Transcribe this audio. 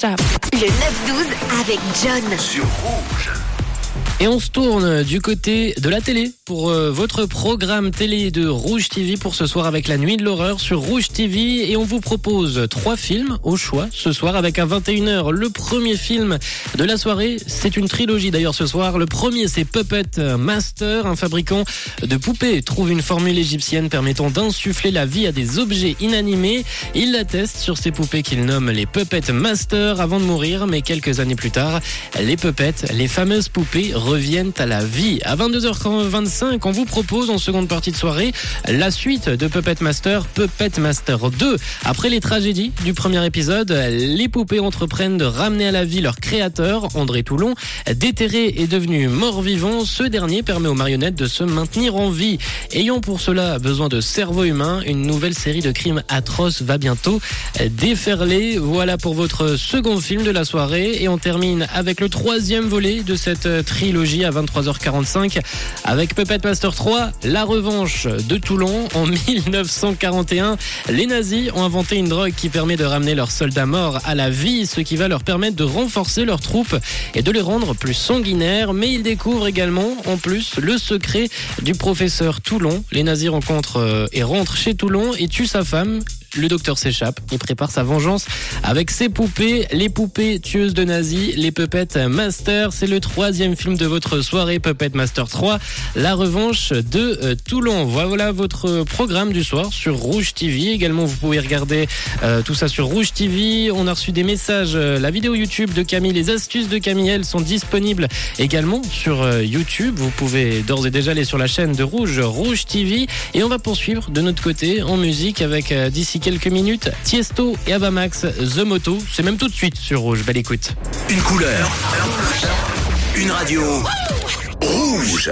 stop. Le 9-12 avec John. Sur Rouge. Et on se tourne du côté de la télé pour votre programme télé de Rouge TV pour ce soir avec la Nuit de l'horreur sur Rouge TV. Et on vous propose 3 films au choix ce soir avec à 21h le premier film de la soirée. C'est une trilogie d'ailleurs ce soir. Le premier, c'est Puppet Master. Un fabricant de poupées trouve une formule égyptienne permettant d'insuffler la vie à des objets inanimés. Il la teste sur ces poupées qu'il nomme les Puppet Master avant de mourir. Mais quelques années plus tard, les puppets, les fameuses poupées, reviennent à la vie. À 22h25, on vous propose en seconde partie de soirée la suite de Puppet Master 2. Après les tragédies du premier épisode, les poupées entreprennent de ramener à la vie leur créateur, André Toulon. Déterré et devenu mort-vivant, ce dernier permet aux marionnettes de se maintenir en vie. Ayant pour cela besoin de cerveau humain, une nouvelle série de crimes atroces va bientôt déferler. Voilà pour votre second film de la soirée. Et on termine avec le troisième volet de cette trilogie à 23h45 avec Puppet Master 3, la revanche de Toulon. En 1941, les nazis ont inventé une drogue qui permet de ramener leurs soldats morts à la vie, ce qui va leur permettre de renforcer leurs troupes et de les rendre plus sanguinaires. Mais ils découvrent également, en plus, le secret du professeur Toulon. Les nazis rencontrent et rentrent chez Toulon et tuent sa femme. Le docteur s'échappe, il prépare sa vengeance avec ses poupées, les poupées tueuses de nazis, les Puppet Master. C'est le troisième film de votre soirée, Puppet Master 3, la revanche de Toulon. Voilà votre programme du soir sur Rouge TV. Également, vous pouvez regarder tout ça sur Rouge TV. On a reçu des messages, la vidéo YouTube de Camille, les astuces de Camille, elles sont disponibles également sur YouTube. Vous pouvez d'ores et déjà aller sur la chaîne de Rouge TV. Et on va poursuivre de notre côté en musique avec d'ici quelques minutes, Tiesto et Avamax, The Moto. C'est même tout de suite sur Rouge. Belle écoute. Une couleur. Une radio. Rouge.